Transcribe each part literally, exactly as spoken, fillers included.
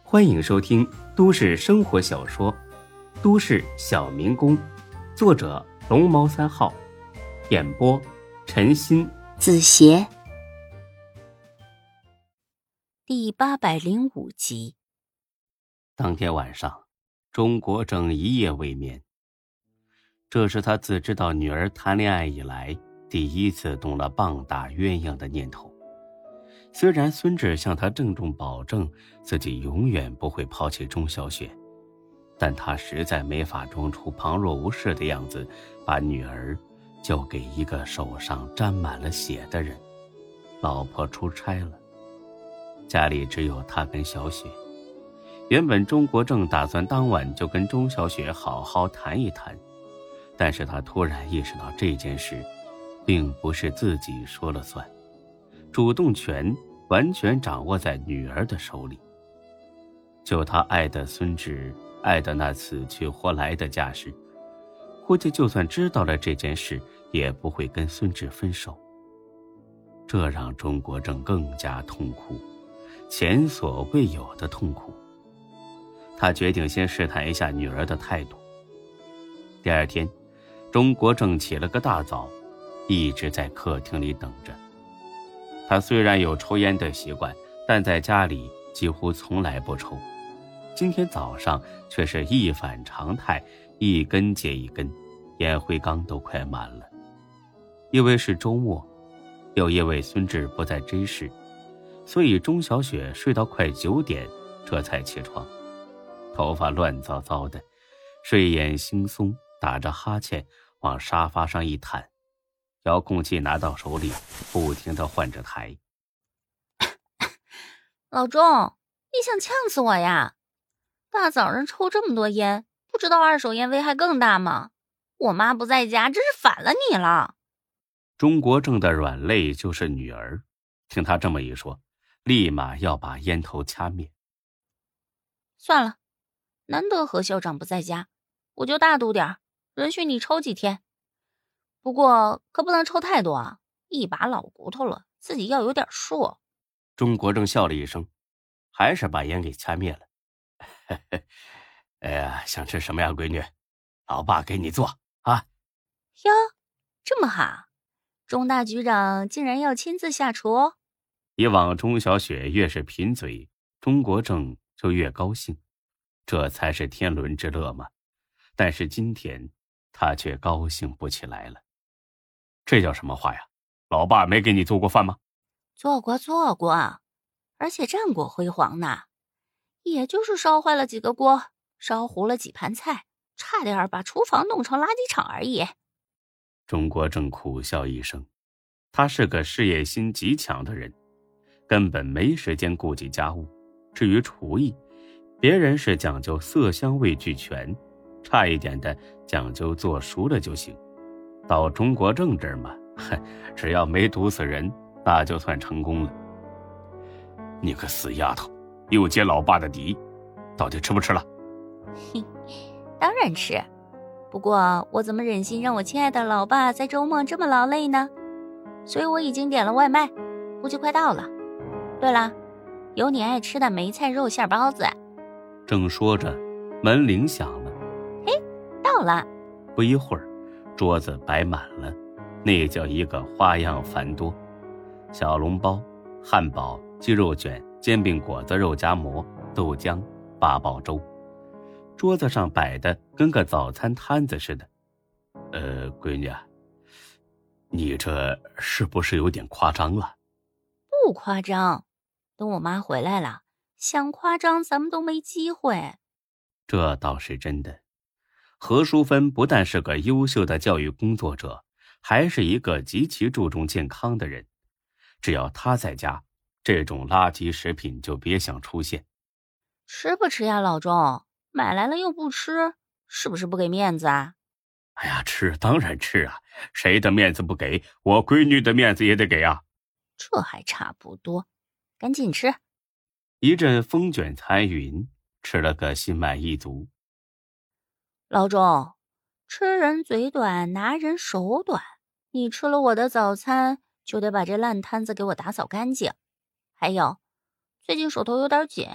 欢迎收听都市生活小说《都市小民工》，作者龙猫三号，演播陈鑫、 子邪，第八百零五集。 当天晚上，钟国正一夜未眠，这是他自知道女儿谈恋爱以来第一次动了棒打鸳鸯的念头。虽然孙志向他郑重保证自己永远不会抛弃钟小雪，但他实在没法装出旁若无事的样子，把女儿交给一个手上沾满了血的人。老婆出差了，家里只有他跟小雪。原本钟国正打算当晚就跟钟小雪好好谈一谈，但是他突然意识到这件事并不是自己说了算，主动权完全掌握在女儿的手里。就他爱的孙志，爱的那死去活来的架势，估计就算知道了这件事，也不会跟孙志分手。这让钟国正更加痛苦，前所未有的痛苦。他决定先试探一下女儿的态度。第二天，钟国正起了个大早，一直在客厅里等着。他虽然有抽烟的习惯，但在家里几乎从来不抽。今天早上却是一反常态，一根接一根，烟灰缸都快满了。因为是周末，又因为孙志不在 J 市，所以钟小雪睡到快九点这才起床，头发乱糟糟的，睡眼惺忪，打着哈欠往沙发上一躺，遥控器拿到手里，不停地换着台。 老钟，你想呛死我呀？大早上抽这么多烟，不知道二手烟危害更大吗？我妈不在家，真是反了你了。 钟国正的软肋就是女儿，听他这么一说，立马要把烟头掐灭。 算了，难得何校长不在家，我就大度点，允许你抽几天。不过可不能抽太多啊，一把老骨头了，自己要有点数。 钟国正笑了一声，还是把烟给掐灭了。哎呀，想吃什么呀，闺女？老爸给你做啊。 哟，这么好，钟大局长竟然要亲自下厨哦。 以往钟小雪越是贫嘴，钟国正就越高兴，这才是天伦之乐嘛。但是今天他却高兴不起来了。这叫什么话呀？老爸没给你做过饭吗？ 做过做过，而且战果辉煌呢。也就是烧坏了几个锅，烧糊了几盘菜，差点把厨房弄成垃圾场而已。 钟国正苦笑一声，他是个事业心极强的人，根本没时间顾及家务。至于厨艺，别人是讲究色香味俱全，差一点的讲究做熟了就行。到钟国正这儿嘛，只要没毒死人，那就算成功了。你个死丫头，又揭老爸的底，到底吃不吃了？ 嘿，当然吃。不过我怎么忍心让我亲爱的老爸在周末这么劳累呢？所以我已经点了外卖，估计快到了。对了，有你爱吃的梅菜肉馅包子。 正说着，门铃响了。 嘿，到了。 不一会儿，桌子摆满了，那叫一个花样繁多。小笼包、汉堡、鸡肉卷、煎饼果子、肉夹馍、豆浆、八宝粥，桌子上摆的跟个早餐摊子似的。呃，闺女啊，你这是不是有点夸张了？ 不夸张，等我妈回来了，想夸张咱们都没机会。 这倒是真的。何淑芬不但是个优秀的教育工作者，还是一个极其注重健康的人。只要她在家，这种垃圾食品就别想出现。 吃不吃呀，老钟？买来了又不吃，是不是不给面子啊？ 哎呀，吃当然吃啊，谁的面子不给，我闺女的面子也得给啊。 这还差不多，赶紧吃。 一阵风卷残云，吃了个心满意足。 老钟，吃人嘴短，拿人手短。你吃了我的早餐，就得把这烂摊子给我打扫干净。还有，最近手头有点紧，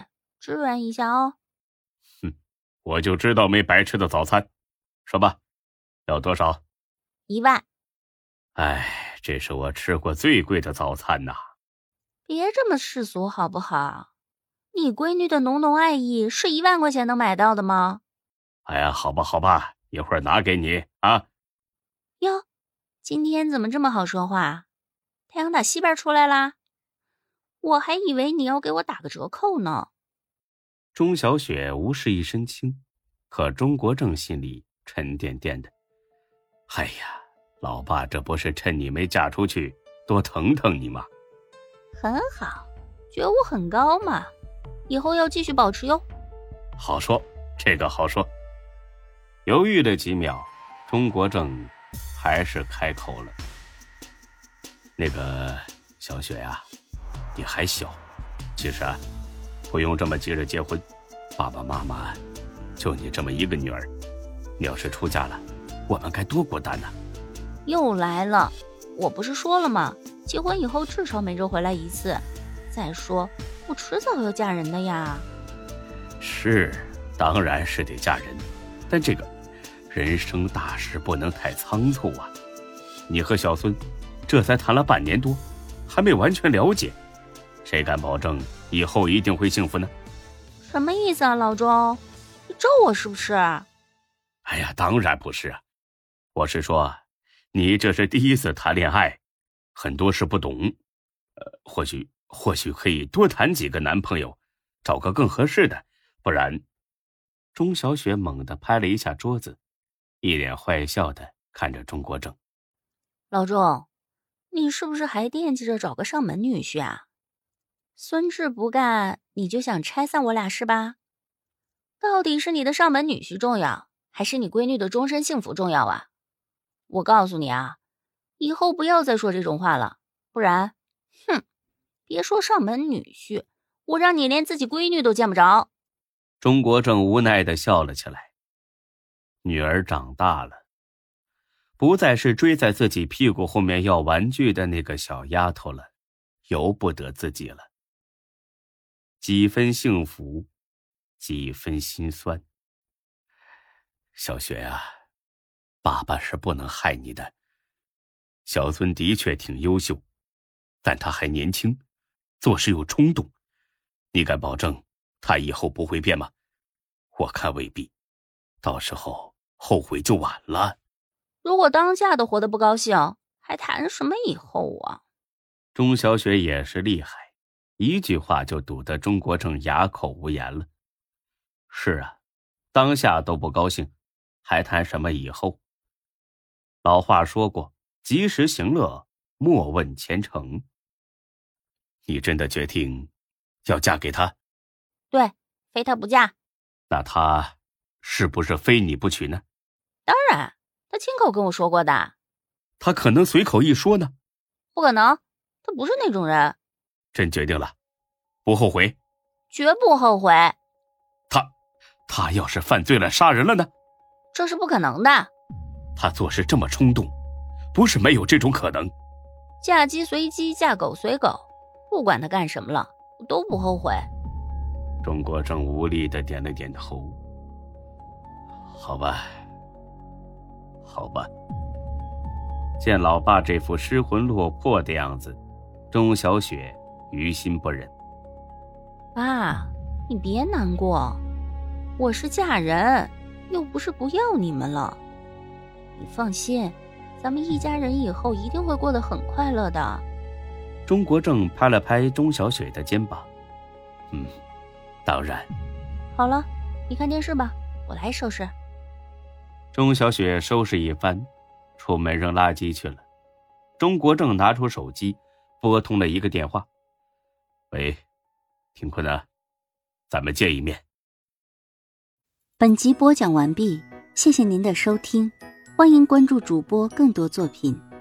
支援一下哦。 哼，我就知道没白吃的早餐。说吧，要多少？ 一万。 哎，这是我吃过最贵的早餐呐。 别这么世俗好不好？你闺女的浓浓爱意是一万块钱能买到的吗？ 哎呀，好吧好吧，一会儿拿给你啊。 哟，今天怎么这么好说话？太阳打西边出来啦？我还以为你要给我打个折扣呢。 钟小雪无事一身轻，可钟国正心里沉甸甸的。哎呀，老爸这不是趁你没嫁出去多疼疼你吗？ 很好，觉悟很高嘛，以后要继续保持哟。 好说，这个好说。犹豫了几秒，钟国正还是开口了。那个小雪呀、啊，你还小，其实啊，不用这么急着结婚。爸爸妈妈就你这么一个女儿，你要是出嫁了，我们该多孤单呢。 又来了，我不是说了吗？结婚以后至少每周回来一次。再说，我迟早要嫁人的呀。 是，当然是得嫁人，但这个人生大事不能太仓促啊。你和小孙这才谈了半年多，还没完全了解，谁敢保证以后一定会幸福呢？ 什么意思啊，老钟？你咒我是不是？ 哎呀，当然不是啊，我是说，你这是第一次谈恋爱，很多事不懂，呃，或许或许可以多谈几个男朋友，找个更合适的，不然……钟小雪猛地拍了一下桌子，一脸坏笑的看着钟国正。 老钟，你是不是还惦记着找个上门女婿啊？孙志不干，你就想拆散我俩是吧？到底是你的上门女婿重要，还是你闺女的终身幸福重要啊？我告诉你啊，以后不要再说这种话了，不然，哼，别说上门女婿，我让你连自己闺女都见不着。 钟国正无奈地笑了起来。女儿长大了，不再是追在自己屁股后面要玩具的那个小丫头了，由不得自己了。几分幸福，几分心酸。小雪啊，爸爸是不能害你的。小孙的确挺优秀，但他还年轻，做事又冲动。你敢保证他以后不会变吗？我看未必，到时候后悔就晚了。 如果当下都活得不高兴，还谈什么以后啊？ 钟小雪也是厉害，一句话就堵得钟国正哑口无言了。是啊，当下都不高兴，还谈什么以后？老话说过，及时行乐，莫问前程。你真的决定要嫁给他？ 对，非他不嫁。 那他是不是非你不娶呢？ 当然，他亲口跟我说过的。 他可能随口一说呢？ 不可能，他不是那种人。 真决定了，不后悔？ 绝不后悔。 他他要是犯罪了，杀人了呢？ 这是不可能的。 他做事这么冲动，不是没有这种可能。 嫁鸡随鸡，嫁狗随狗，不管他干什么了，我都不后悔。 钟国正无力地点了点头。好吧，好吧。见老爸这副失魂落魄的样子，钟小雪于心不忍。 爸，你别难过，我是嫁人，又不是不要你们了。你放心，咱们一家人以后一定会过得很快乐的。 钟国正拍了拍钟小雪的肩膀。嗯，当然。 好了，你看电视吧，我来收拾。 钟小雪收拾一番，出门扔垃圾去了。钟国正拿出手机，拨通了一个电话。喂，挺坤啊，咱们见一面。 本集播讲完毕，谢谢您的收听，欢迎关注主播更多作品。